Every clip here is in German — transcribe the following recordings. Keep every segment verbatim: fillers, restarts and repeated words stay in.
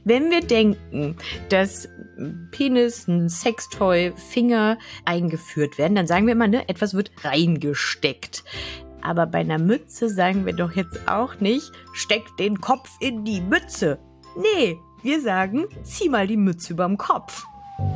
Wenn wir denken, dass Penis, ein Sextoy, Finger eingeführt werden, dann sagen wir immer, ne, etwas wird reingesteckt. Aber bei einer Mütze sagen wir doch jetzt auch nicht, steck den Kopf in die Mütze. Nee, wir sagen, zieh mal die Mütze überm Kopf.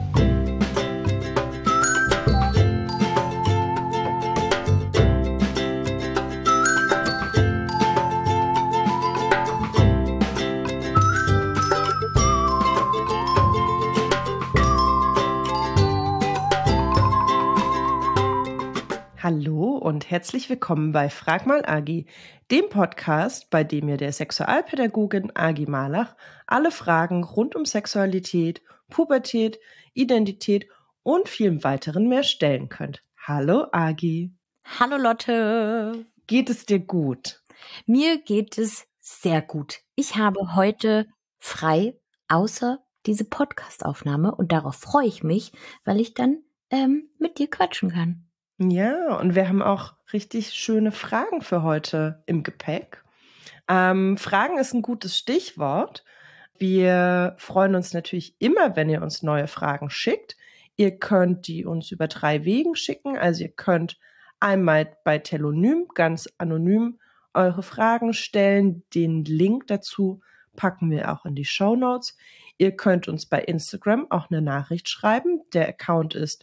Hallo und herzlich willkommen bei Frag mal Agi, dem Podcast, bei dem ihr der Sexualpädagogin Agi Malach alle Fragen rund um Sexualität, Pubertät, Identität und vielem weiteren mehr stellen könnt. Hallo Agi. Hallo Lotte. Geht es dir gut? Mir geht es sehr gut. Ich habe heute frei, außer diese Podcast-Aufnahme, und darauf freue ich mich, weil ich dann ähm, mit dir quatschen kann. Ja, und wir haben auch richtig schöne Fragen für heute im Gepäck. Ähm, Fragen ist ein gutes Stichwort. Wir freuen uns natürlich immer, wenn ihr uns neue Fragen schickt. Ihr könnt die uns über drei Wegen schicken. Also ihr könnt einmal bei Telonym ganz anonym eure Fragen stellen. Den Link dazu packen wir auch in die Shownotes. Ihr könnt uns bei Instagram auch eine Nachricht schreiben. Der Account ist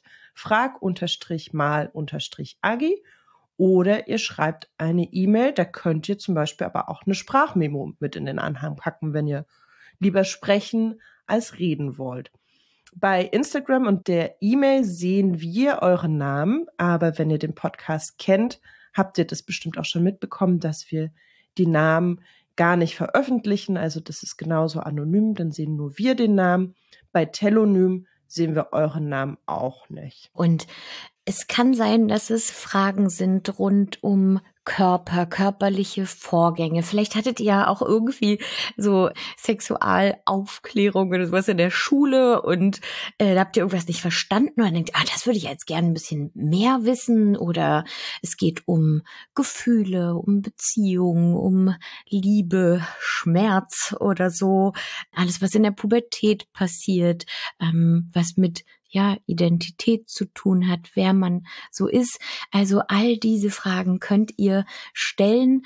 frag-mal-agi oder ihr schreibt eine E-Mail. Da könnt ihr zum Beispiel aber auch eine Sprachmemo mit in den Anhang packen, wenn ihr lieber sprechen als reden wollt. Bei Instagram und der E-Mail sehen wir euren Namen, aber wenn ihr den Podcast kennt, habt ihr das bestimmt auch schon mitbekommen, dass wir die Namen gar nicht veröffentlichen. Also das ist genauso anonym, dann sehen nur wir den Namen. Bei Telonym sehen wir euren Namen auch nicht. Und es kann sein, dass es Fragen sind rund um Körper, körperliche Vorgänge. Vielleicht hattet ihr ja auch irgendwie so Sexualaufklärung oder sowas in der Schule und äh, da habt ihr irgendwas nicht verstanden und denkt, ah, das würde ich jetzt gerne ein bisschen mehr wissen. Oder es geht um Gefühle, um Beziehungen, um Liebe, Schmerz oder so. Alles, was in der Pubertät passiert, ähm, was mit ja, Identität zu tun hat, wer man so ist. Also all diese Fragen könnt ihr stellen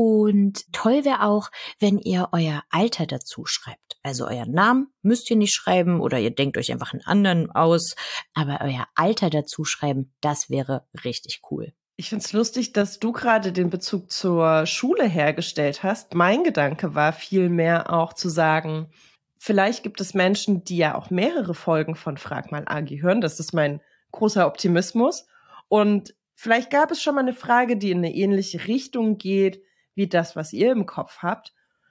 und toll wäre auch, wenn ihr euer Alter dazu schreibt. Also euren Namen müsst ihr nicht schreiben oder ihr denkt euch einfach einen anderen aus, aber euer Alter dazu schreiben, das wäre richtig cool. Ich find's lustig, dass du gerade den Bezug zur Schule hergestellt hast. Mein Gedanke war vielmehr auch zu sagen, vielleicht gibt es Menschen, die ja auch mehrere Folgen von Frag mal Agi hören. Das ist mein großer Optimismus. Und vielleicht gab es schon mal eine Frage, die in eine ähnliche Richtung geht, wie das, was ihr im Kopf habt.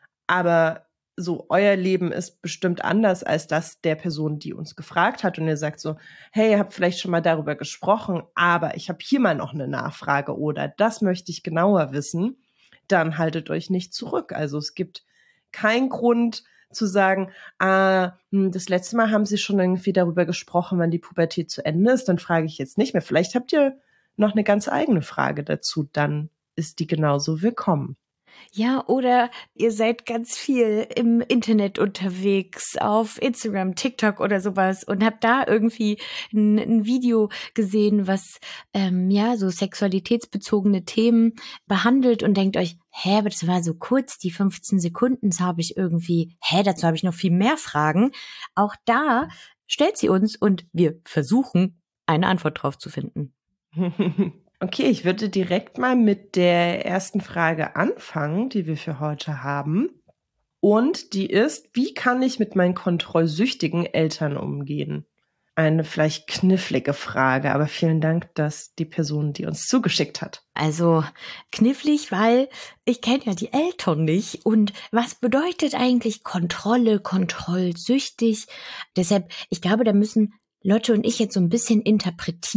Aber so, euer Leben ist bestimmt anders als das der Person, die uns gefragt hat. Und ihr sagt so, hey, ihr habt vielleicht schon mal darüber gesprochen, aber ich habe hier mal noch eine Nachfrage oder das möchte ich genauer wissen. Dann haltet euch nicht zurück. Also es gibt keinen Grund zu sagen, ah, das letzte Mal haben Sie schon irgendwie darüber gesprochen, wann die Pubertät zu Ende ist, dann frage ich jetzt nicht mehr. Vielleicht habt ihr noch eine ganz eigene Frage dazu, dann ist die genauso willkommen. Ja, oder ihr seid ganz viel im Internet unterwegs, auf Instagram, TikTok oder sowas und habt da irgendwie ein, ein Video gesehen, was ähm, ja so sexualitätsbezogene Themen behandelt und denkt euch, hä, aber das war so kurz, die fünfzehn Sekunden, das habe ich irgendwie, hä, dazu habe ich noch viel mehr Fragen. Auch da stellt sie uns und wir versuchen, eine Antwort drauf zu finden. Okay, ich würde direkt mal mit der ersten Frage anfangen, die wir für heute haben. Und die ist, wie kann ich mit meinen kontrollsüchtigen Eltern umgehen? Eine vielleicht knifflige Frage, aber vielen Dank, dass die Person, die uns zugeschickt hat. Also knifflig, weil ich kenne ja die Eltern nicht. Und was bedeutet eigentlich Kontrolle, kontrollsüchtig? Deshalb, ich glaube, da müssen Lotte und ich jetzt so ein bisschen interpretieren.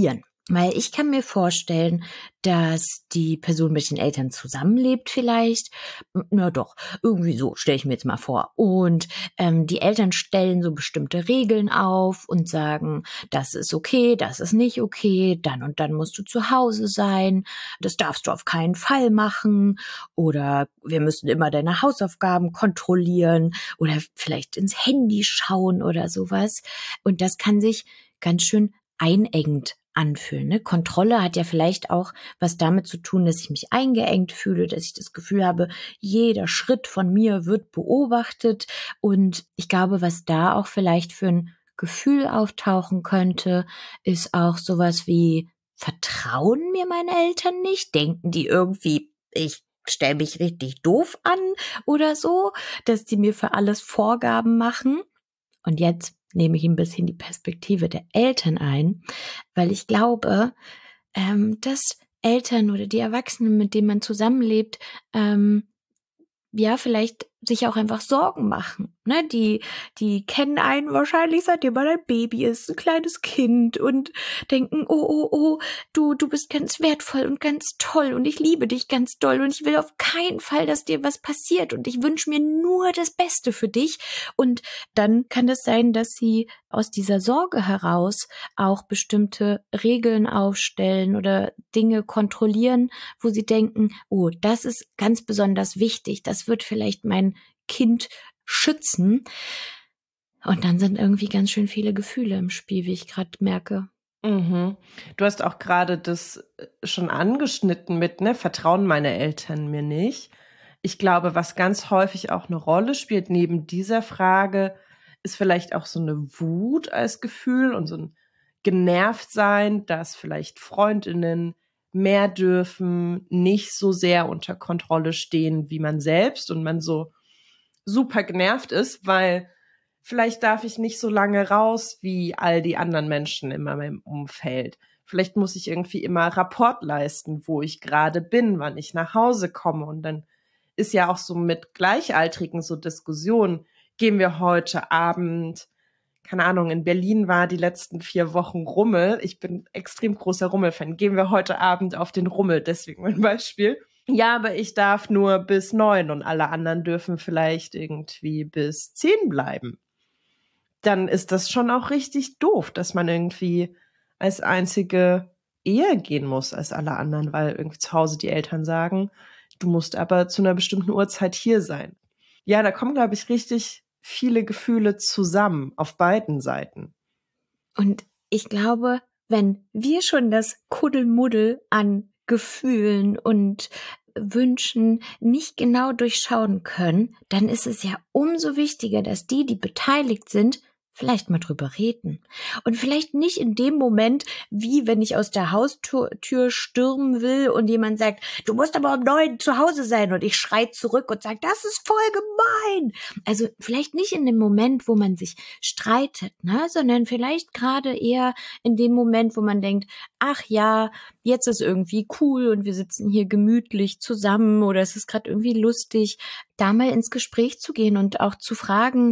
Weil ich kann mir vorstellen, dass die Person mit den Eltern zusammenlebt vielleicht. Na doch, irgendwie so stelle ich mir jetzt mal vor. Und ähm, die Eltern stellen so bestimmte Regeln auf und sagen, das ist okay, das ist nicht okay, dann und dann musst du zu Hause sein, das darfst du auf keinen Fall machen oder wir müssen immer deine Hausaufgaben kontrollieren oder vielleicht ins Handy schauen oder sowas. Und das kann sich ganz schön einengend anfühlen. Ne? Kontrolle hat ja vielleicht auch was damit zu tun, dass ich mich eingeengt fühle, dass ich das Gefühl habe, jeder Schritt von mir wird beobachtet. Und ich glaube, was da auch vielleicht für ein Gefühl auftauchen könnte, ist auch sowas wie, vertrauen mir meine Eltern nicht? Denken die irgendwie, ich stelle mich richtig doof an oder so, dass die mir für alles Vorgaben machen? Und jetzt nehme ich ein bisschen die Perspektive der Eltern ein, weil ich glaube, ähm, dass Eltern oder die Erwachsenen, mit denen man zusammenlebt, ähm, ja, vielleicht sich auch einfach Sorgen machen. Ne? Die, die kennen einen wahrscheinlich, seitdem man ein Baby ist, ein kleines Kind und denken, oh, oh, oh, du, du bist ganz wertvoll und ganz toll und ich liebe dich ganz doll und ich will auf keinen Fall, dass dir was passiert und ich wünsche mir nur das Beste für dich. Und dann kann es sein, dass sie aus dieser Sorge heraus auch bestimmte Regeln aufstellen oder Dinge kontrollieren, wo sie denken, oh, das ist ganz besonders wichtig, das wird vielleicht mein Kind schützen. Und dann sind irgendwie ganz schön viele Gefühle im Spiel, wie ich gerade merke. Mhm. Du hast auch gerade das schon angeschnitten mit, ne, vertrauen meine Eltern mir nicht. Ich glaube, was ganz häufig auch eine Rolle spielt neben dieser Frage, ist vielleicht auch so eine Wut als Gefühl und so ein Genervtsein, dass vielleicht Freundinnen mehr dürfen, nicht so sehr unter Kontrolle stehen wie man selbst und man so super genervt ist, weil vielleicht darf ich nicht so lange raus wie all die anderen Menschen in meinem Umfeld. Vielleicht muss ich irgendwie immer Rapport leisten, wo ich gerade bin, wann ich nach Hause komme. Und dann ist ja auch so mit Gleichaltrigen so Diskussionen. Gehen wir heute Abend, keine Ahnung, in Berlin war die letzten vier Wochen Rummel. Ich bin extrem großer Rummel-Fan. Gehen wir heute Abend auf den Rummel, deswegen mein Beispiel. Ja, aber ich darf nur bis neun und alle anderen dürfen vielleicht irgendwie bis zehn bleiben. Dann ist das schon auch richtig doof, dass man irgendwie als einzige eher gehen muss als alle anderen, weil irgendwie zu Hause die Eltern sagen, du musst aber zu einer bestimmten Uhrzeit hier sein. Ja, da kommen, glaube ich, richtig viele Gefühle zusammen auf beiden Seiten. Und ich glaube, wenn wir schon das Kuddelmuddel an Gefühlen und Wünschen nicht genau durchschauen können, dann ist es ja umso wichtiger, dass die, die beteiligt sind, vielleicht mal drüber reden. Und vielleicht nicht in dem Moment, wie wenn ich aus der Haustür Tür stürmen will und jemand sagt, du musst aber um neun zu Hause sein und ich schrei zurück und sage, das ist voll gemein. Also vielleicht nicht in dem Moment, wo man sich streitet, ne, sondern vielleicht gerade eher in dem Moment, wo man denkt, ach ja, jetzt ist irgendwie cool und wir sitzen hier gemütlich zusammen oder es ist gerade irgendwie lustig, da mal ins Gespräch zu gehen und auch zu fragen,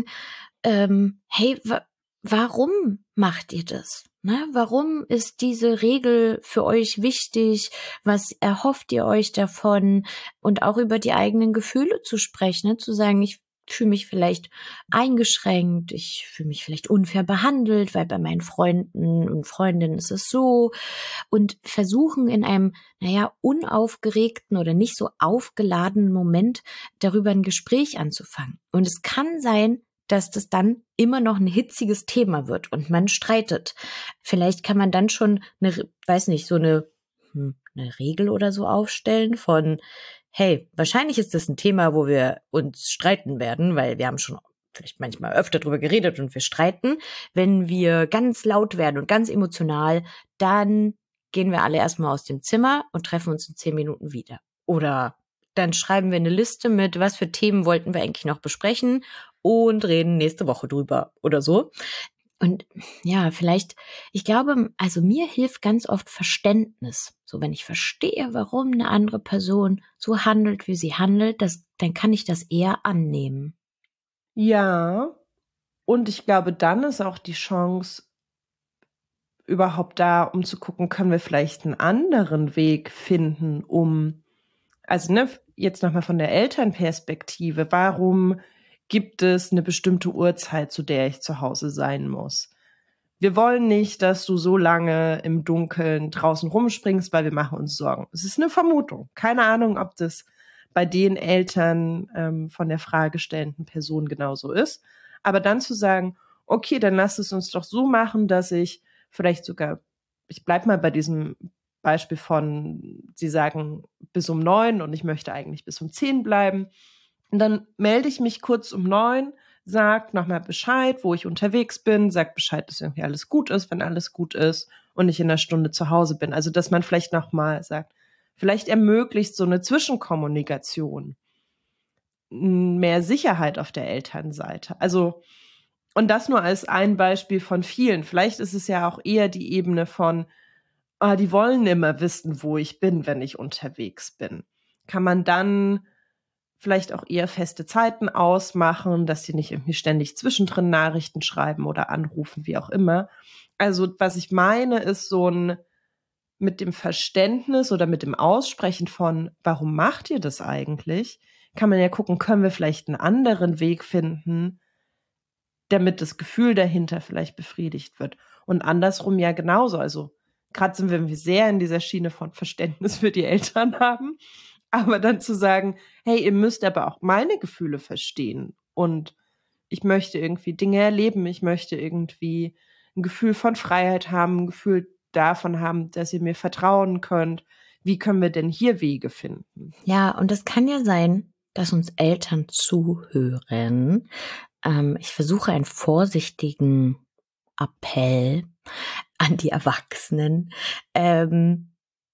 ähm, hey, wa- warum macht ihr das? Ne? Warum ist diese Regel für euch wichtig? Was erhofft ihr euch davon? Und auch über die eigenen Gefühle zu sprechen, ne? Zu sagen, ich fühle mich vielleicht eingeschränkt, ich fühle mich vielleicht unfair behandelt, weil bei meinen Freunden und Freundinnen ist es so. Und versuchen in einem, naja, unaufgeregten oder nicht so aufgeladenen Moment darüber ein Gespräch anzufangen. Und es kann sein, dass das dann immer noch ein hitziges Thema wird und man streitet. Vielleicht kann man dann schon eine, weiß nicht, so eine, hm, eine Regel oder so aufstellen von, hey, wahrscheinlich ist das ein Thema, wo wir uns streiten werden, weil wir haben schon vielleicht manchmal öfter drüber geredet und wir streiten. Wenn wir ganz laut werden und ganz emotional, dann gehen wir alle erstmal aus dem Zimmer und treffen uns in zehn Minuten wieder. Oder dann schreiben wir eine Liste mit, was für Themen wollten wir eigentlich noch besprechen und reden nächste Woche drüber oder so. Und ja, vielleicht, ich glaube, also mir hilft ganz oft Verständnis. So, wenn ich verstehe, warum eine andere Person so handelt, wie sie handelt, das, dann kann ich das eher annehmen. Ja, und ich glaube, dann ist auch die Chance überhaupt da, um zu gucken, können wir vielleicht einen anderen Weg finden, um, also ne, jetzt nochmal von der Elternperspektive, warum gibt es eine bestimmte Uhrzeit, zu der ich zu Hause sein muss? Wir wollen nicht, dass du so lange im Dunkeln draußen rumspringst, weil wir machen uns Sorgen. Es ist eine Vermutung. Keine Ahnung, ob das bei den Eltern ähm, von der fragestellenden Person genauso ist. Aber dann zu sagen, okay, dann lass es uns doch so machen, dass ich vielleicht sogar, ich bleib mal bei diesem Beispiel von, Sie sagen bis um neun und ich möchte eigentlich bis um zehn bleiben. Und dann melde ich mich kurz um neun, sag nochmal Bescheid, wo ich unterwegs bin, sag Bescheid, dass irgendwie alles gut ist, wenn alles gut ist und ich in einer Stunde zu Hause bin. Also, dass man vielleicht nochmal sagt, vielleicht ermöglicht so eine Zwischenkommunikation mehr Sicherheit auf der Elternseite. Also, und das nur als ein Beispiel von vielen. Vielleicht ist es ja auch eher die Ebene von, ah, die wollen immer wissen, wo ich bin, wenn ich unterwegs bin. Kann man dann vielleicht auch eher feste Zeiten ausmachen, dass sie nicht irgendwie ständig zwischendrin Nachrichten schreiben oder anrufen, wie auch immer. Also was ich meine, ist so ein mit dem Verständnis oder mit dem Aussprechen von, warum macht ihr das eigentlich, kann man ja gucken, können wir vielleicht einen anderen Weg finden, damit das Gefühl dahinter vielleicht befriedigt wird. Und andersrum ja genauso. Also gerade sind wir sehr in dieser Schiene von Verständnis für die Eltern haben. Aber dann zu sagen, hey, ihr müsst aber auch meine Gefühle verstehen und ich möchte irgendwie Dinge erleben, ich möchte irgendwie ein Gefühl von Freiheit haben, ein Gefühl davon haben, dass ihr mir vertrauen könnt. Wie können wir denn hier Wege finden? Ja, und es kann ja sein, dass uns Eltern zuhören. Ähm, ich versuche einen vorsichtigen Appell an die Erwachsenen. Ähm,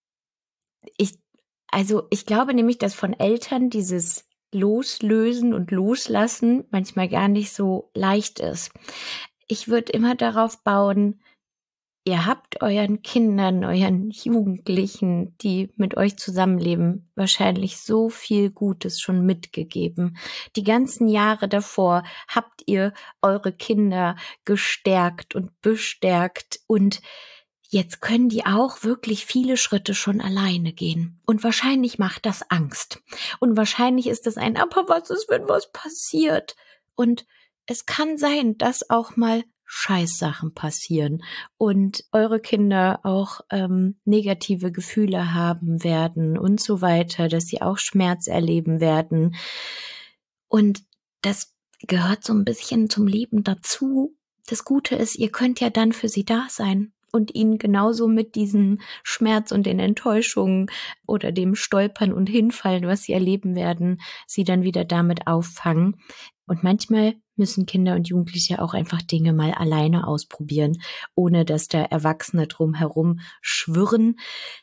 ich Also ich glaube nämlich, dass von Eltern dieses Loslösen und Loslassen manchmal gar nicht so leicht ist. Ich würde immer darauf bauen, ihr habt euren Kindern, euren Jugendlichen, die mit euch zusammenleben, wahrscheinlich so viel Gutes schon mitgegeben. Die ganzen Jahre davor habt ihr eure Kinder gestärkt und bestärkt und jetzt können die auch wirklich viele Schritte schon alleine gehen. Und wahrscheinlich macht das Angst. Und wahrscheinlich ist es ein, aber was ist, wenn was passiert? Und es kann sein, dass auch mal Scheißsachen passieren und eure Kinder auch ähm, negative Gefühle haben werden und so weiter, dass sie auch Schmerz erleben werden. Und das gehört so ein bisschen zum Leben dazu. Das Gute ist, ihr könnt ja dann für sie da sein und ihnen genauso mit diesem Schmerz und den Enttäuschungen oder dem Stolpern und Hinfallen, was sie erleben werden, sie dann wieder damit auffangen. Und manchmal müssen Kinder und Jugendliche auch einfach Dinge mal alleine ausprobieren, ohne dass da Erwachsene drumherum schwirren.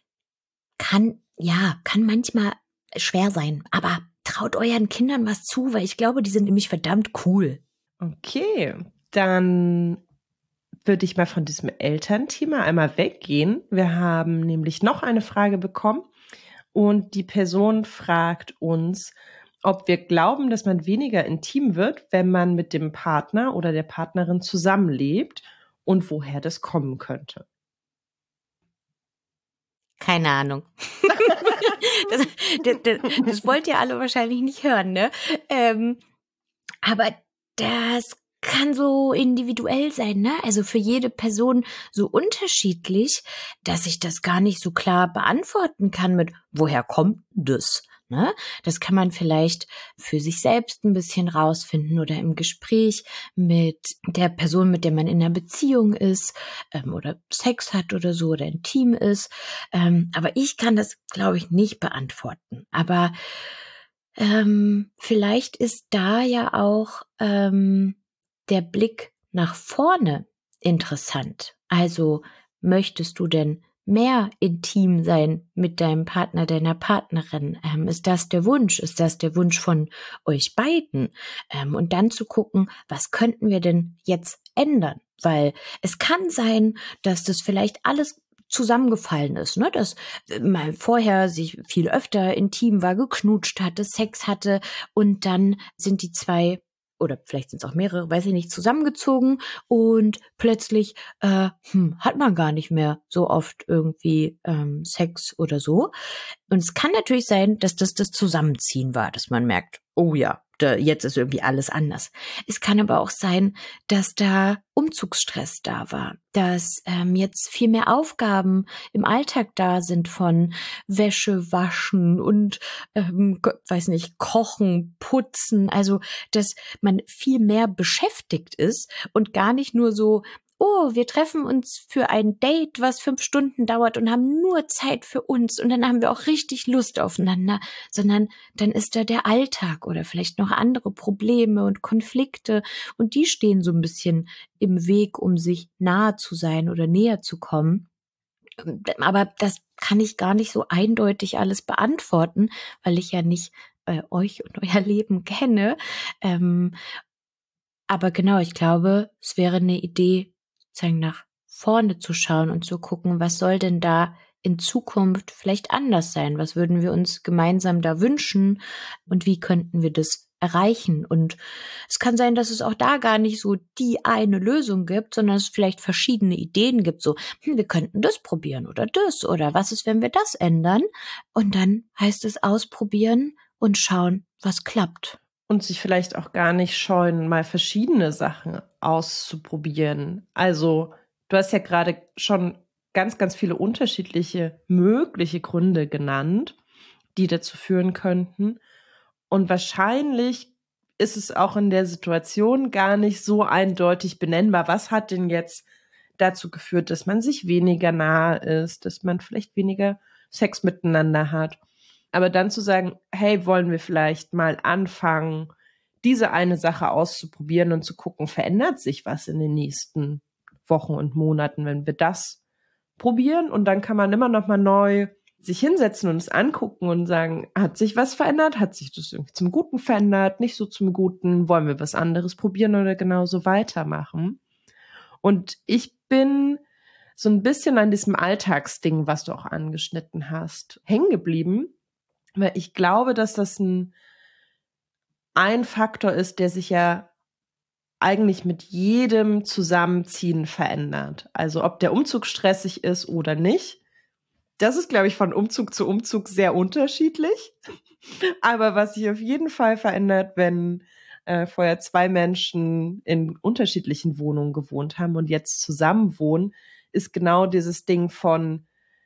Kann, ja, kann manchmal schwer sein, aber traut euren Kindern was zu, weil ich glaube, die sind nämlich verdammt cool. Okay, dann würde ich mal von diesem Elternthema einmal weggehen. Wir haben nämlich noch eine Frage bekommen und die Person fragt uns, ob wir glauben, dass man weniger intim wird, wenn man mit dem Partner oder der Partnerin zusammenlebt und woher das kommen könnte. Keine Ahnung. das, das, das, das wollt ihr alle wahrscheinlich nicht hören, ne? Ähm, aber das kann so individuell sein, ne? Also für jede Person so unterschiedlich, dass ich das gar nicht so klar beantworten kann mit, woher kommt das? Ne? Das kann man vielleicht für sich selbst ein bisschen rausfinden oder im Gespräch mit der Person, mit der man in einer Beziehung ist ähm, oder Sex hat oder so oder intim ist. Ähm, aber ich kann das, glaube ich, nicht beantworten. Aber ähm, vielleicht ist da ja auch ähm, der Blick nach vorne interessant. Also möchtest du denn mehr intim sein mit deinem Partner, deiner Partnerin? Ähm, ist das der Wunsch? Ist das der Wunsch von euch beiden? Ähm, und dann zu gucken, was könnten wir denn jetzt ändern? Weil es kann sein, dass das vielleicht alles zusammengefallen ist, ne, dass man vorher sich viel öfter intim war, geknutscht hatte, Sex hatte und dann sind die zwei oder vielleicht sind es auch mehrere, weiß ich nicht, zusammengezogen und plötzlich äh, hm, hat man gar nicht mehr so oft irgendwie ähm, Sex oder so. Und es kann natürlich sein, dass das das Zusammenziehen war, dass man merkt, oh ja, da, jetzt ist irgendwie alles anders. Es kann aber auch sein, dass da Umzugsstress da war, dass ähm, jetzt viel mehr Aufgaben im Alltag da sind von Wäsche waschen und, ähm, weiß nicht, kochen, putzen. Also, dass man viel mehr beschäftigt ist und gar nicht nur so, oh, wir treffen uns für ein Date, was fünf Stunden dauert und haben nur Zeit für uns und dann haben wir auch richtig Lust aufeinander, sondern dann ist da der Alltag oder vielleicht noch andere Probleme und Konflikte und die stehen so ein bisschen im Weg, um sich nahe zu sein oder näher zu kommen. Aber das kann ich gar nicht so eindeutig alles beantworten, weil ich ja nicht äh, euch und euer Leben kenne. Ähm, aber genau, ich glaube, es wäre eine Idee, sozusagen nach vorne zu schauen und zu gucken, was soll denn da in Zukunft vielleicht anders sein? Was würden wir uns gemeinsam da wünschen und wie könnten wir das erreichen? Und es kann sein, dass es auch da gar nicht so die eine Lösung gibt, sondern es vielleicht verschiedene Ideen gibt, so, hm, wir könnten das probieren oder das oder was ist, wenn wir das ändern? Und dann heißt es ausprobieren und schauen, was klappt. Und sich vielleicht auch gar nicht scheuen, mal verschiedene Sachen auszuprobieren. Also, du hast ja gerade schon ganz, ganz viele unterschiedliche mögliche Gründe genannt, die dazu führen könnten. Und wahrscheinlich ist es auch in der Situation gar nicht so eindeutig benennbar. Was hat denn jetzt dazu geführt, dass man sich weniger nahe ist, dass man vielleicht weniger Sex miteinander hat? Aber dann zu sagen, hey, wollen wir vielleicht mal anfangen, diese eine Sache auszuprobieren und zu gucken, verändert sich was in den nächsten Wochen und Monaten, wenn wir das probieren? Und dann kann man immer noch mal neu sich hinsetzen und es angucken und sagen, hat sich was verändert? Hat sich das irgendwie zum Guten verändert? Nicht so zum Guten? Wollen wir was anderes probieren oder genauso weitermachen? Und ich bin so ein bisschen an diesem Alltagsding, was du auch angeschnitten hast, hängen geblieben. Weil ich glaube, dass das ein, ein Faktor ist, der sich ja eigentlich mit jedem Zusammenziehen verändert. Also ob der Umzug stressig ist oder nicht. Das ist, glaube ich, von Umzug zu Umzug sehr unterschiedlich. Aber was sich auf jeden Fall verändert, wenn äh, vorher zwei Menschen in unterschiedlichen Wohnungen gewohnt haben und jetzt zusammen wohnen, ist genau dieses Ding von,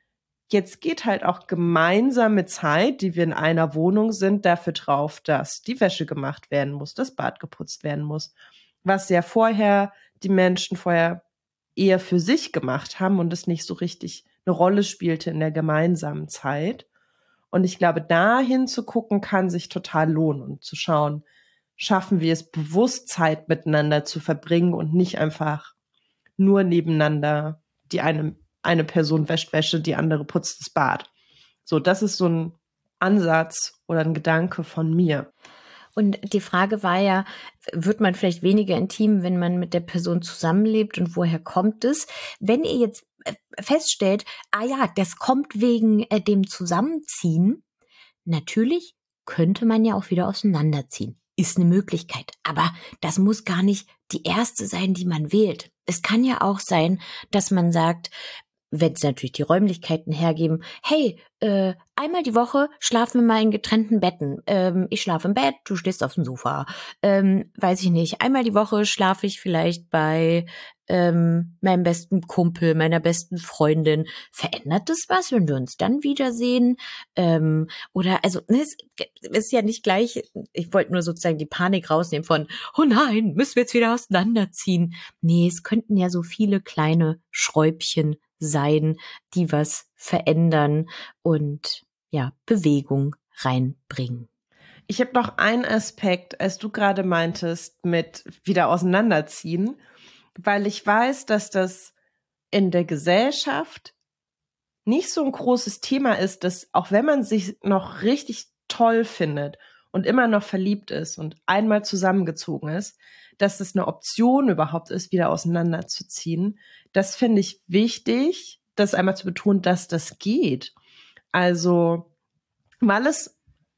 jetzt geht halt auch gemeinsame Zeit, die wir in einer Wohnung sind, dafür drauf, dass die Wäsche gemacht werden muss, das Bad geputzt werden muss. Was ja vorher die Menschen vorher eher für sich gemacht haben und es nicht so richtig eine Rolle spielte in der gemeinsamen Zeit. Und ich glaube, dahin zu gucken, kann sich total lohnen und zu schauen, schaffen wir es bewusst, Zeit miteinander zu verbringen und nicht einfach nur nebeneinander die eine eine Person wäscht Wäsche, die andere putzt das Bad. So, das ist so ein Ansatz oder ein Gedanke von mir. Und die Frage war ja, wird man vielleicht weniger intim, wenn man mit der Person zusammenlebt und woher kommt es? Wenn ihr jetzt feststellt, ah ja, das kommt wegen äh, dem Zusammenziehen, natürlich könnte man ja auch wieder auseinanderziehen. Ist eine Möglichkeit. Aber das muss gar nicht die erste sein, die man wählt. Es kann ja auch sein, dass man sagt, wenn es natürlich die Räumlichkeiten hergeben, hey, äh, einmal die Woche schlafen wir mal in getrennten Betten. Ähm, ich schlafe im Bett, du schläfst auf dem Sofa. Ähm, weiß ich nicht. Einmal die Woche schlafe ich vielleicht bei ähm, meinem besten Kumpel, meiner besten Freundin. Verändert das was, wenn wir uns dann wiedersehen? Ähm, oder, also, ne, es ist ja nicht gleich, ich wollte nur sozusagen die Panik rausnehmen von, oh nein, müssen wir jetzt wieder auseinanderziehen. Nee, es könnten ja so viele kleine Schräubchen sein, die was verändern und ja, Bewegung reinbringen. Ich habe noch einen Aspekt, als du gerade meintest, mit wieder auseinanderziehen, weil ich weiß, dass das in der Gesellschaft nicht so ein großes Thema ist, dass auch wenn man sich noch richtig toll findet und immer noch verliebt ist und einmal zusammengezogen ist, dass es eine Option überhaupt ist, wieder auseinanderzuziehen. Das finde ich wichtig, das einmal zu betonen, dass das geht. Also, weil es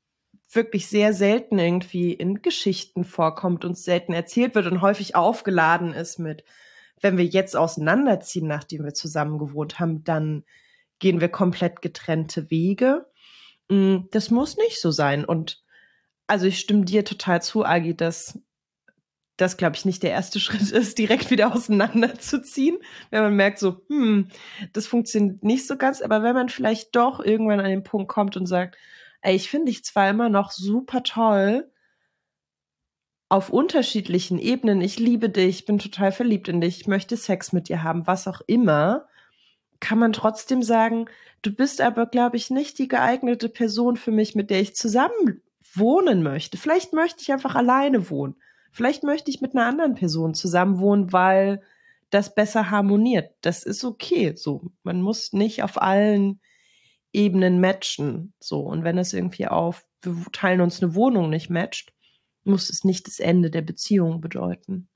wirklich sehr selten irgendwie in Geschichten vorkommt, uns selten erzählt wird und häufig aufgeladen ist mit, wenn wir jetzt auseinanderziehen, nachdem wir zusammen gewohnt haben, dann gehen wir komplett getrennte Wege. Das muss nicht so sein. Und also ich stimme dir total zu, Agi, dass das, glaube ich, nicht der erste Schritt ist, direkt wieder auseinanderzuziehen, wenn man merkt so, hm, das funktioniert nicht so ganz. Aber wenn man vielleicht doch irgendwann an den Punkt kommt und sagt, ey, ich finde dich zwar immer noch super toll, auf unterschiedlichen Ebenen, ich liebe dich, ich bin total verliebt in dich, ich möchte Sex mit dir haben, was auch immer, kann man trotzdem sagen, du bist aber, glaube ich, nicht die geeignete Person für mich, mit der ich zusammen wohnen möchte. Vielleicht möchte ich einfach alleine wohnen. Vielleicht möchte ich mit einer anderen Person zusammen wohnen, weil das besser harmoniert. Das ist okay, so. Man muss nicht auf allen Ebenen matchen, so. Und wenn es irgendwie auf, wir teilen uns eine Wohnung nicht matcht, muss es nicht das Ende der Beziehung bedeuten.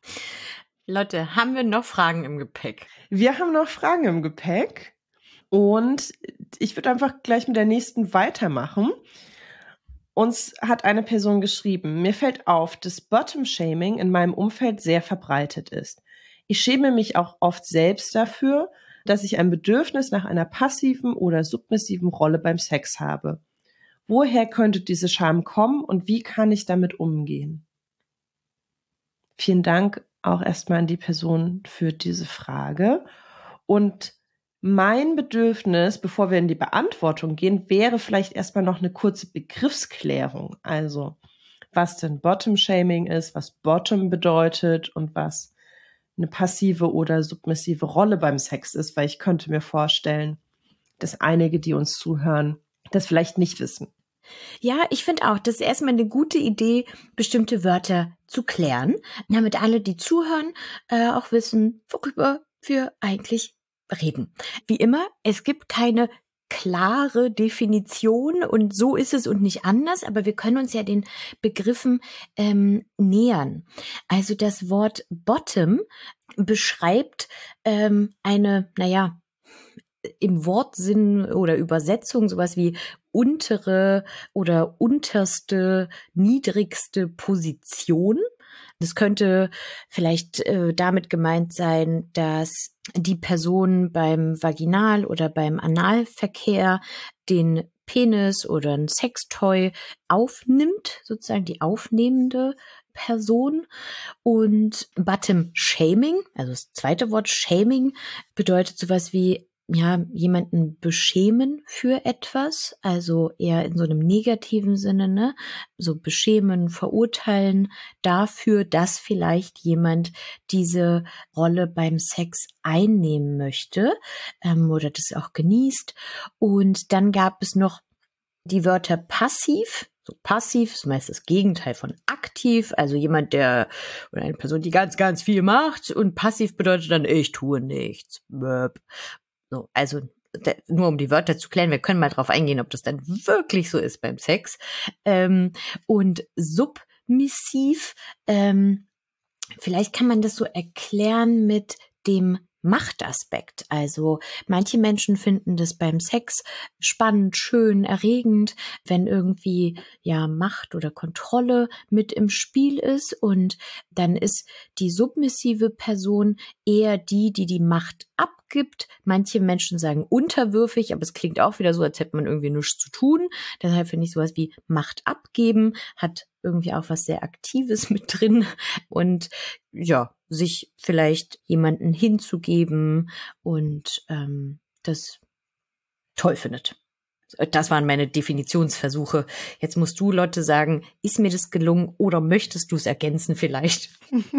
Lotte, haben wir noch Fragen im Gepäck? Wir haben noch Fragen im Gepäck und ich würde einfach gleich mit der nächsten weitermachen. Uns hat eine Person geschrieben, mir fällt auf, dass Bottom-Shaming in meinem Umfeld sehr verbreitet ist. Ich schäme mich auch oft selbst dafür, dass ich ein Bedürfnis nach einer passiven oder submissiven Rolle beim Sex habe. Woher könnte diese Scham kommen und wie kann ich damit umgehen? Vielen Dank auch erstmal an die Person für diese Frage. Und mein Bedürfnis, bevor wir in die Beantwortung gehen, wäre vielleicht erstmal noch eine kurze Begriffsklärung. Also, was denn Bottom-Shaming ist, was Bottom bedeutet und was eine passive oder submissive Rolle beim Sex ist, weil ich könnte mir vorstellen, dass einige, die uns zuhören, das vielleicht nicht wissen. Ja, ich finde auch, das ist erstmal eine gute Idee, bestimmte Wörter zu klären, damit alle, die zuhören, äh, auch wissen, worüber wir eigentlich reden. Wie immer, es gibt keine klare Definition und so ist es und nicht anders, aber wir können uns ja den Begriffen ähm, nähern. Also das Wort Bottom beschreibt ähm, eine, naja, im Wortsinn oder Übersetzung sowas wie untere oder unterste, niedrigste Position. Das könnte vielleicht äh, damit gemeint sein, dass die Person beim Vaginal- oder beim Analverkehr den Penis oder ein Sextoy aufnimmt, sozusagen die aufnehmende Person. Und Bottom Shaming, also das zweite Wort Shaming, bedeutet sowas wie ja, jemanden beschämen für etwas, also eher in so einem negativen Sinne, ne? So beschämen, verurteilen dafür, dass vielleicht jemand diese Rolle beim Sex einnehmen möchte ähm, oder das auch genießt. Und dann gab es noch die Wörter passiv. So passiv ist meist das Gegenteil von aktiv, also jemand, der oder eine Person, die ganz, ganz viel macht, und passiv bedeutet dann, ich tue nichts. So, also da, nur um die Wörter zu klären, wir können mal drauf eingehen, ob das dann wirklich so ist beim Sex. Ähm, und submissiv, ähm, vielleicht kann man das so erklären mit dem Machtaspekt. Also manche Menschen finden das beim Sex spannend, schön, erregend, wenn irgendwie ja Macht oder Kontrolle mit im Spiel ist, und dann ist die submissive Person eher die, die die Macht abgibt. Manche Menschen sagen unterwürfig, aber es klingt auch wieder so, als hätte man irgendwie nichts zu tun. Deshalb finde ich sowas wie Macht abgeben hat irgendwie auch was sehr Aktives mit drin, und ja, sich vielleicht jemanden hinzugeben und ähm, das toll findet. Das waren meine Definitionsversuche. Jetzt musst du, Lotte, sagen, ist mir das gelungen oder möchtest du es ergänzen vielleicht?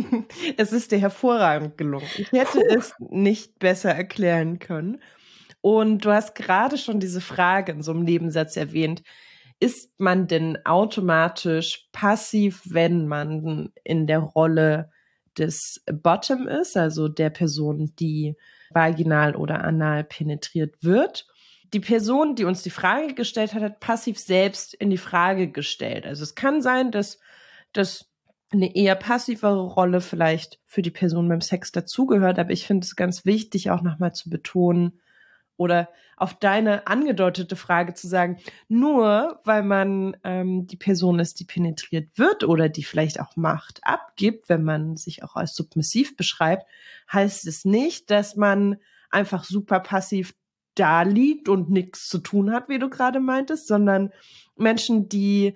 Es ist dir hervorragend gelungen. Ich hätte Puh. es nicht besser erklären können. Und du hast gerade schon diese Frage in so einem Nebensatz erwähnt. Ist man denn automatisch passiv, wenn man in der Rolle des Bottom ist, also der Person, die vaginal oder anal penetriert wird? Die Person, die uns die Frage gestellt hat, hat passiv selbst in die Frage gestellt. Also es kann sein, dass, dass eine eher passivere Rolle vielleicht für die Person beim Sex dazugehört, aber ich finde es ganz wichtig, auch nochmal zu betonen, Oder auf deine angedeutete Frage zu sagen, nur weil man ähm, die Person ist, die penetriert wird oder die vielleicht auch Macht abgibt, wenn man sich auch als submissiv beschreibt, heißt es nicht, dass man einfach super passiv da liegt und nichts zu tun hat, wie du gerade meintest, sondern Menschen, die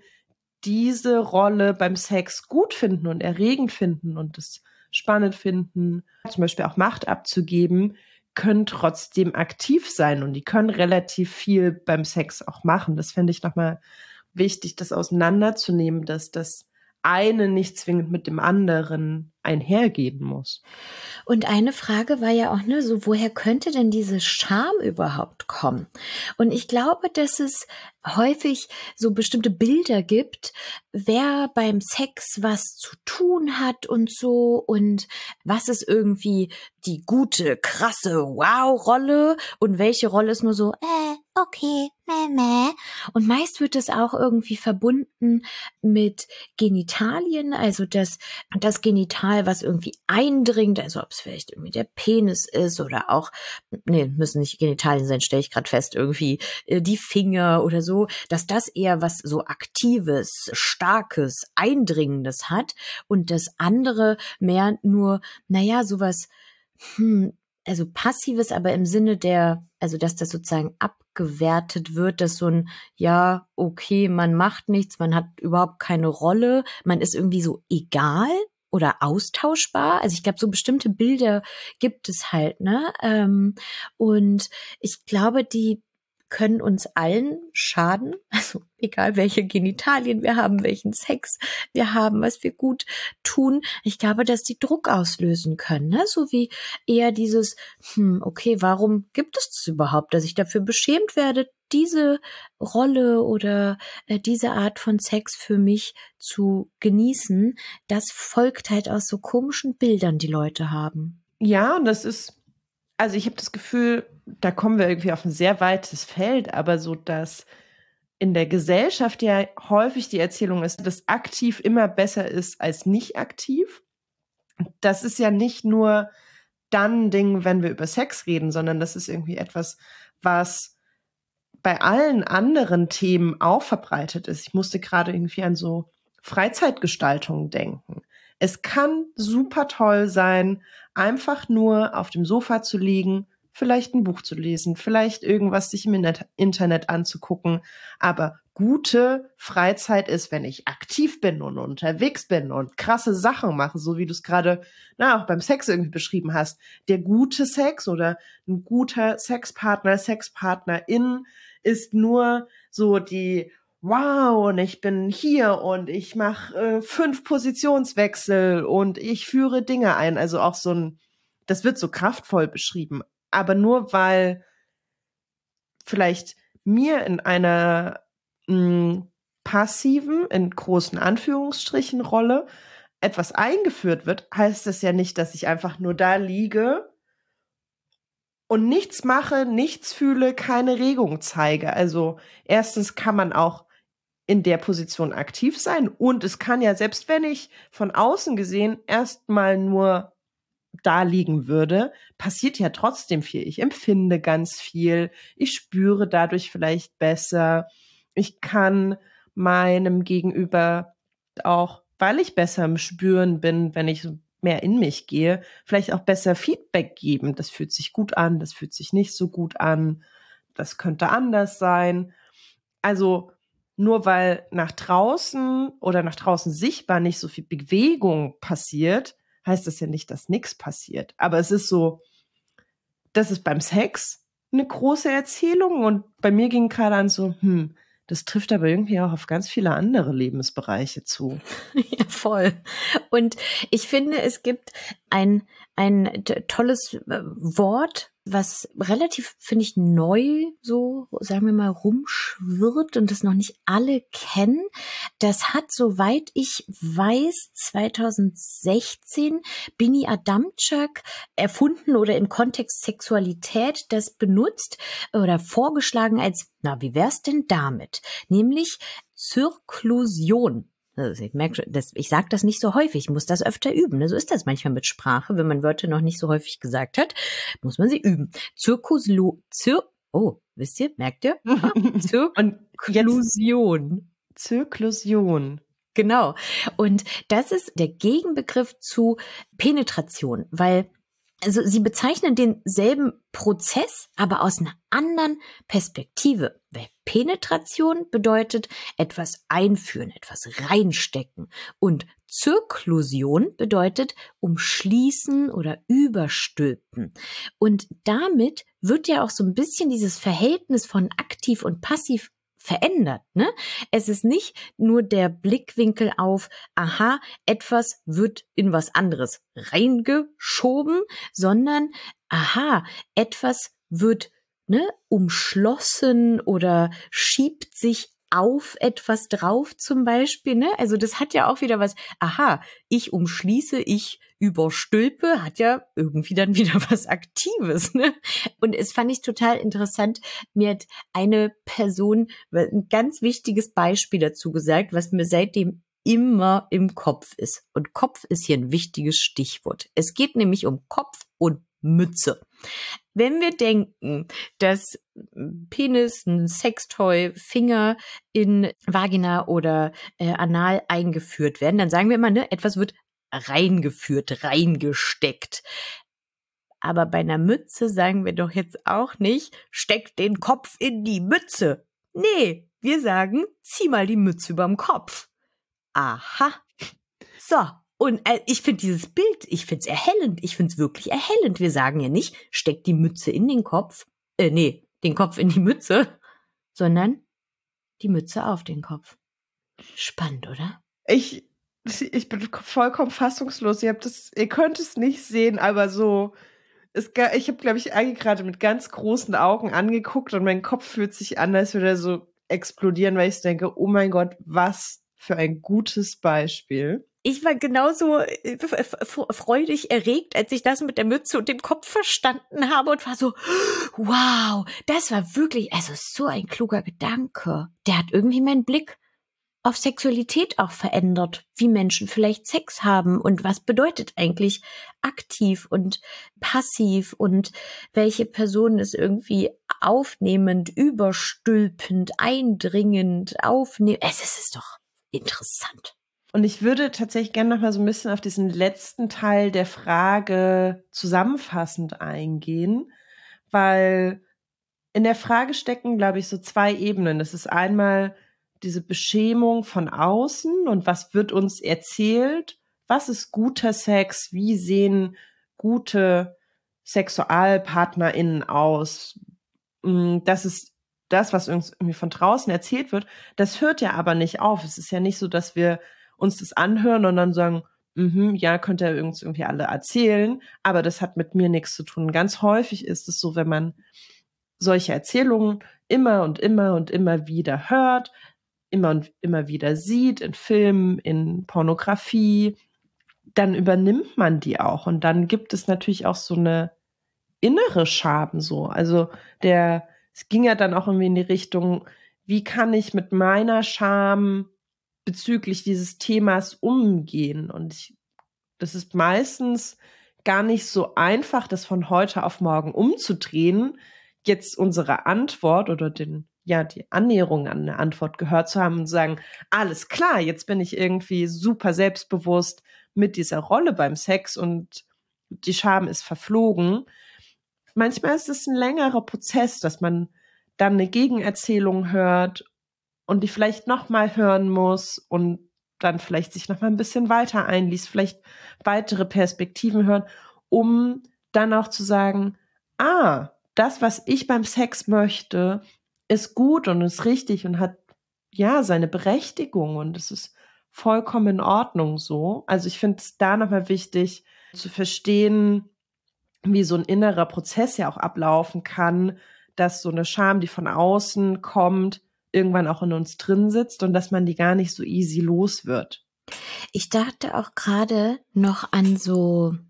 diese Rolle beim Sex gut finden und erregend finden und es spannend finden, zum Beispiel auch Macht abzugeben, können trotzdem aktiv sein und die können relativ viel beim Sex auch machen. Das fände ich nochmal wichtig, das auseinanderzunehmen, dass das eine nicht zwingend mit dem anderen einhergehen muss. Und eine Frage war ja auch, ne, so woher könnte denn diese Scham überhaupt kommen? Und ich glaube, dass es häufig so bestimmte Bilder gibt, wer beim Sex was zu tun hat und so und was ist irgendwie die gute, krasse Wow-Rolle und welche Rolle ist nur so, äh, okay, meh, meh. Und meist wird es auch irgendwie verbunden mit Genitalien, also das, das Genital, was irgendwie eindringt, also ob es vielleicht irgendwie der Penis ist oder auch, nee, müssen nicht Genitalien sein, stelle ich gerade fest, irgendwie äh, die Finger oder so, dass das eher was so Aktives, Starkes, Eindringendes hat und das andere mehr nur, naja, sowas, hm, also Passives, aber im Sinne der, also dass das sozusagen abgewertet wird, dass so ein, ja, okay, man macht nichts, man hat überhaupt keine Rolle, man ist irgendwie so egal oder austauschbar. Also ich glaube, so bestimmte Bilder gibt es halt, ne? Ähm, und ich glaube, die können uns allen schaden, also egal welche Genitalien wir haben, welchen Sex wir haben, was wir gut tun. Ich glaube, dass die Druck auslösen können, ne? So wie eher dieses, hm, okay, warum gibt es das überhaupt, dass ich dafür beschämt werde, diese Rolle oder äh, diese Art von Sex für mich zu genießen? Das folgt halt aus so komischen Bildern, die Leute haben. Ja, und das ist, also ich habe das Gefühl, da kommen wir irgendwie auf ein sehr weites Feld, aber so, dass in der Gesellschaft ja häufig die Erzählung ist, dass aktiv immer besser ist als nicht aktiv. Das ist ja nicht nur dann ein Ding, wenn wir über Sex reden, sondern das ist irgendwie etwas, was bei allen anderen Themen auch verbreitet ist. Ich musste gerade irgendwie an so Freizeitgestaltung denken. Es kann super toll sein, einfach nur auf dem Sofa zu liegen, vielleicht ein Buch zu lesen, vielleicht irgendwas sich im Internet anzugucken. Aber gute Freizeit ist, wenn ich aktiv bin und unterwegs bin und krasse Sachen mache, so wie du es gerade na, auch beim Sex irgendwie beschrieben hast. Der gute Sex oder ein guter Sexpartner, Sexpartnerin ist nur so die wow, und ich bin hier und ich mache äh, fünf Positionswechsel und ich führe Dinge ein. Also auch so ein, das wird so kraftvoll beschrieben. Aber nur weil vielleicht mir in einer mh, passiven, in großen Anführungsstrichen Rolle etwas eingeführt wird, heißt das ja nicht, dass ich einfach nur da liege und nichts mache, nichts fühle, keine Regung zeige. Also erstens kann man auch in der Position aktiv sein und es kann ja, selbst wenn ich von außen gesehen erstmal nur da liegen würde, passiert ja trotzdem viel. Ich empfinde ganz viel, ich spüre dadurch vielleicht besser, ich kann meinem Gegenüber auch, weil ich besser im Spüren bin, wenn ich mehr in mich gehe, vielleicht auch besser Feedback geben. Das fühlt sich gut an, das fühlt sich nicht so gut an, das könnte anders sein. Also nur weil nach draußen oder nach draußen sichtbar nicht so viel Bewegung passiert, heißt das ja nicht, dass nichts passiert. Aber es ist so, das ist beim Sex eine große Erzählung und bei mir ging gerade an so, hm, das trifft aber irgendwie auch auf ganz viele andere Lebensbereiche zu. Ja, voll. Und ich finde, es gibt ein, ein tolles Wort, was relativ, finde ich, neu so, sagen wir mal, rumschwirrt und das noch nicht alle kennen. Das hat, soweit ich weiß, zwanzig sechzehn Bini Adamczak erfunden oder im Kontext Sexualität das benutzt oder vorgeschlagen als, na, wie wär's denn damit? Nämlich Zirklusion. Also ich merke schon, das, ich sage das nicht so häufig, ich muss das öfter üben. Ne? So ist das manchmal mit Sprache. Wenn man Wörter noch nicht so häufig gesagt hat, muss man sie üben. Zirkuslo, Zir, oh, wisst ihr, merkt ihr? Ha, Zirklusion. Zirklusion. Genau. Und das ist der Gegenbegriff zu Penetration, weil also sie bezeichnen denselben Prozess, aber aus einer anderen Perspektive. Weil Penetration bedeutet etwas einführen, etwas reinstecken. Und Zirklusion bedeutet umschließen oder überstülpen. Und damit wird ja auch so ein bisschen dieses Verhältnis von aktiv und passiv verändert, ne? Es ist nicht nur der Blickwinkel auf, aha, etwas wird in was anderes reingeschoben, sondern, aha, etwas wird, ne, umschlossen oder schiebt sich auf etwas drauf zum Beispiel, ne? Also das hat ja auch wieder was, aha, ich umschließe, ich überstülpe, hat ja irgendwie dann wieder was Aktives, ne? Und es fand ich total interessant, mir hat eine Person ein ganz wichtiges Beispiel dazu gesagt, was mir seitdem immer im Kopf ist. Und Kopf ist hier ein wichtiges Stichwort. Es geht nämlich um Kopf und Mütze. Wenn wir denken, dass Penis, ein Sextoy, Finger in Vagina oder äh, Anal eingeführt werden, dann sagen wir immer, ne, etwas wird reingeführt, reingesteckt. Aber bei einer Mütze sagen wir doch jetzt auch nicht, steck den Kopf in die Mütze. Nee, wir sagen, zieh mal die Mütze überm Kopf. Aha. So. Und äh, ich finde dieses Bild, ich finde es erhellend. Ich finde es wirklich erhellend. Wir sagen ja nicht, steck die Mütze in den Kopf. Äh, nee, den Kopf in die Mütze. Sondern die Mütze auf den Kopf. Spannend, oder? Ich, ich bin vollkommen fassungslos. Ihr habt das, ihr könnt es nicht sehen, aber so, es, ich habe, glaube ich, Agi gerade mit ganz großen Augen angeguckt und mein Kopf fühlt sich an, als würde er so explodieren, weil ich denke, oh mein Gott, was für ein gutes Beispiel. Ich war genauso freudig erregt, als ich das mit der Mütze und dem Kopf verstanden habe und war so, wow, das war wirklich, also so ein kluger Gedanke. Der hat irgendwie meinen Blick auf Sexualität auch verändert, wie Menschen vielleicht Sex haben und was bedeutet eigentlich aktiv und passiv und welche Personen es irgendwie aufnehmend, überstülpend, eindringend aufnehmen. Es ist doch interessant. Und ich würde tatsächlich gerne noch mal so ein bisschen auf diesen letzten Teil der Frage zusammenfassend eingehen, weil in der Frage stecken, glaube ich, so zwei Ebenen. Das ist einmal diese Beschämung von außen und was wird uns erzählt? Was ist guter Sex? Wie sehen gute SexualpartnerInnen aus? Das ist das, was uns irgendwie von draußen erzählt wird. Das hört ja aber nicht auf. Es ist ja nicht so, dass wir uns das anhören und dann sagen, mhm, ja, könnt ihr irgendwie alle erzählen, aber das hat mit mir nichts zu tun. Ganz häufig ist es so, wenn man solche Erzählungen immer und immer und immer wieder hört, immer und immer wieder sieht, in Filmen, in Pornografie, dann übernimmt man die auch. Und dann gibt es natürlich auch so eine innere Scham so. Also der, es ging ja dann auch irgendwie in die Richtung, wie kann ich mit meiner Scham bezüglich dieses Themas umgehen? Und ich, das ist meistens gar nicht so einfach, das von heute auf morgen umzudrehen, jetzt unsere Antwort oder den, ja, die Annäherung an eine Antwort gehört zu haben und sagen, alles klar, jetzt bin ich irgendwie super selbstbewusst mit dieser Rolle beim Sex und die Scham ist verflogen. Manchmal ist es ein längerer Prozess, dass man dann eine Gegenerzählung hört und die vielleicht nochmal hören muss und dann vielleicht sich nochmal ein bisschen weiter einliest, vielleicht weitere Perspektiven hören, um dann auch zu sagen, ah, das, was ich beim Sex möchte, ist gut und ist richtig und hat, ja, seine Berechtigung und es ist vollkommen in Ordnung so. Also ich finde es da nochmal wichtig zu verstehen, wie so ein innerer Prozess ja auch ablaufen kann, dass so eine Scham, die von außen kommt, irgendwann auch in uns drin sitzt und dass man die gar nicht so easy los wird. Ich dachte auch gerade noch an so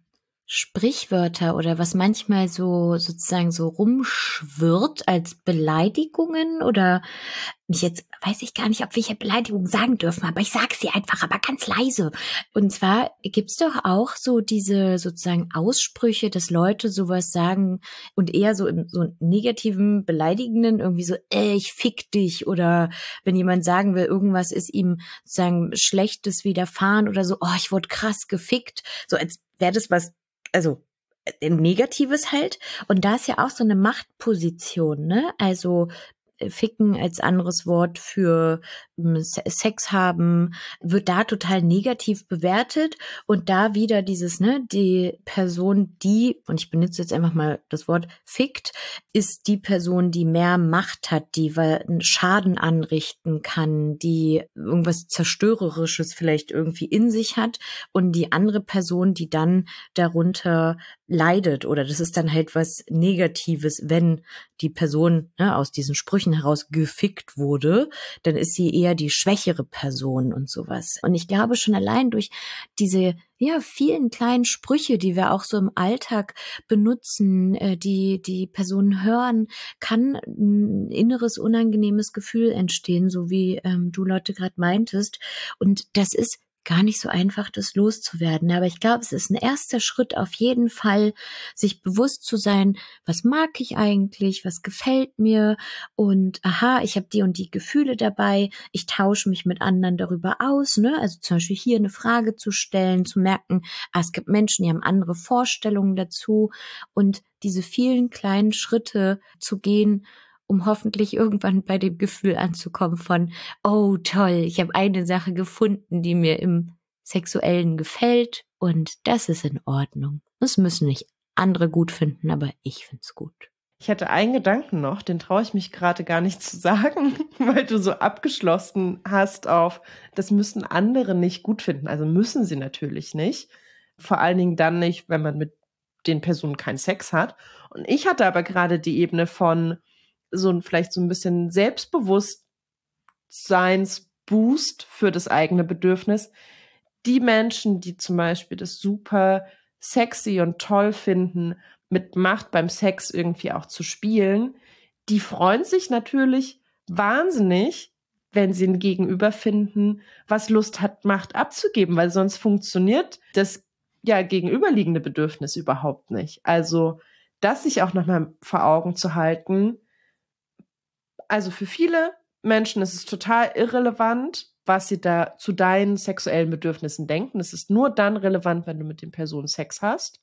Sprichwörter oder was manchmal so sozusagen so rumschwirrt als Beleidigungen oder nicht jetzt, weiß ich gar nicht, ob wir hier Beleidigungen sagen dürfen, aber ich sage sie einfach, aber ganz leise. Und zwar gibt's doch auch so diese sozusagen Aussprüche, dass Leute sowas sagen und eher so im so negativen, beleidigenden, irgendwie so, ey, ich fick dich, oder wenn jemand sagen will, irgendwas ist ihm sozusagen Schlechtes widerfahren oder so, oh, ich wurde krass gefickt, so als wäre das was, also ein Negatives halt. Und da ist ja auch so eine Machtposition, ne? Also Ficken als anderes Wort für Sex haben, wird da total negativ bewertet. Und da wieder dieses, ne, die Person, die, und ich benutze jetzt einfach mal das Wort fickt, ist die Person, die mehr Macht hat, die einen Schaden anrichten kann, die irgendwas Zerstörerisches vielleicht irgendwie in sich hat, und die andere Person, die dann darunter leidet, oder das ist dann halt was Negatives, wenn die Person, ne, aus diesen Sprüchen heraus gefickt wurde, dann ist sie eher die schwächere Person und sowas. Und ich glaube schon allein durch diese ja vielen kleinen Sprüche, die wir auch so im Alltag benutzen, äh, die die Personen hören, kann ein inneres unangenehmes Gefühl entstehen, so wie ähm, du Leute gerade meintest. Und das ist gar nicht so einfach, das loszuwerden. Aber ich glaube, es ist ein erster Schritt auf jeden Fall, sich bewusst zu sein, was mag ich eigentlich, was gefällt mir, und aha, ich habe die und die Gefühle dabei, ich tausche mich mit anderen darüber aus, ne? Also zum Beispiel hier eine Frage zu stellen, zu merken, ah, es gibt Menschen, die haben andere Vorstellungen dazu, und diese vielen kleinen Schritte zu gehen, um hoffentlich irgendwann bei dem Gefühl anzukommen von, oh toll, ich habe eine Sache gefunden, die mir im Sexuellen gefällt, und das ist in Ordnung. Das müssen nicht andere gut finden, aber ich find's gut. Ich hatte einen Gedanken noch, den traue ich mich gerade gar nicht zu sagen, weil du so abgeschlossen hast auf, das müssen andere nicht gut finden. Also müssen sie natürlich nicht. Vor allen Dingen dann nicht, wenn man mit den Personen keinen Sex hat. Und ich hatte aber gerade die Ebene von so ein, vielleicht so ein bisschen Selbstbewusstseinsboost für das eigene Bedürfnis. Die Menschen, die zum Beispiel das super sexy und toll finden, mit Macht beim Sex irgendwie auch zu spielen, die freuen sich natürlich wahnsinnig, wenn sie ein Gegenüber finden, was Lust hat, Macht abzugeben, weil sonst funktioniert das ja gegenüberliegende Bedürfnis überhaupt nicht. Also das sich auch nochmal vor Augen zu halten. Also für viele Menschen ist es total irrelevant, was sie da zu deinen sexuellen Bedürfnissen denken. Es ist nur dann relevant, wenn du mit den Personen Sex hast.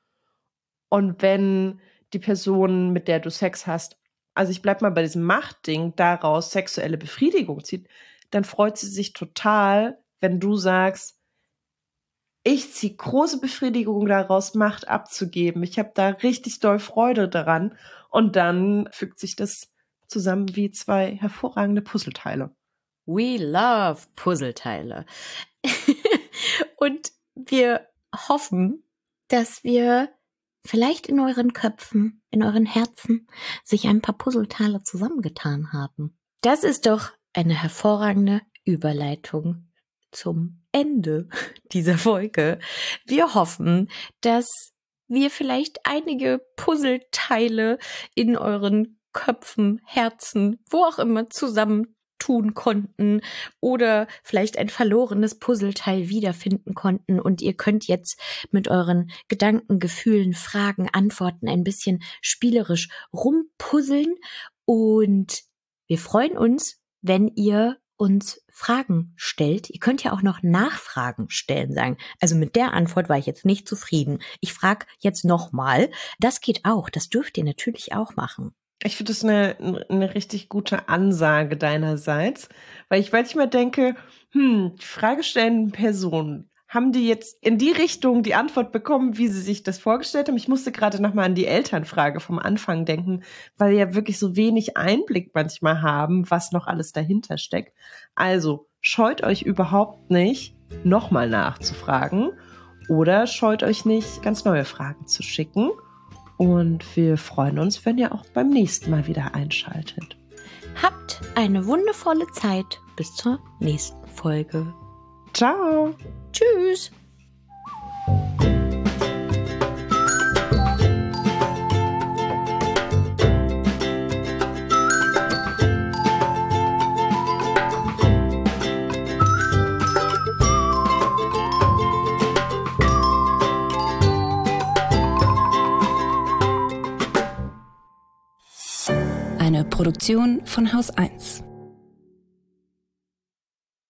Und wenn die Person, mit der du Sex hast, also ich bleib mal bei diesem Machtding, daraus sexuelle Befriedigung zieht, dann freut sie sich total, wenn du sagst, ich ziehe große Befriedigung daraus, Macht abzugeben. Ich habe da richtig doll Freude daran. Und dann fügt sich das zusammen wie zwei hervorragende Puzzleteile. We love Puzzleteile. Und wir hoffen, dass wir vielleicht in euren Köpfen, in euren Herzen sich ein paar Puzzleteile zusammengetan haben. Das ist doch eine hervorragende Überleitung zum Ende dieser Folge. Wir hoffen, dass wir vielleicht einige Puzzleteile in euren Köpfen, Herzen, wo auch immer zusammen tun konnten oder vielleicht ein verlorenes Puzzleteil wiederfinden konnten, und ihr könnt jetzt mit euren Gedanken, Gefühlen, Fragen, Antworten ein bisschen spielerisch rumpuzzeln, und wir freuen uns, wenn ihr uns Fragen stellt. Ihr könnt ja auch noch Nachfragen stellen, sagen, also mit der Antwort war ich jetzt nicht zufrieden, ich frage jetzt nochmal. Das geht auch, das dürft ihr natürlich auch machen. Ich finde das eine, eine richtig gute Ansage deinerseits, weil ich manchmal denke, hm, die fragestellenden Personen, haben die jetzt in die Richtung die Antwort bekommen, wie sie sich das vorgestellt haben? Ich musste gerade nochmal an die Elternfrage vom Anfang denken, weil wir ja wirklich so wenig Einblick manchmal haben, was noch alles dahinter steckt. Also scheut euch überhaupt nicht, nochmal nachzufragen, oder scheut euch nicht, ganz neue Fragen zu schicken. Und wir freuen uns, wenn ihr auch beim nächsten Mal wieder einschaltet. Habt eine wundervolle Zeit. Bis zur nächsten Folge. Ciao. Tschüss. Eine Produktion von Haus eins.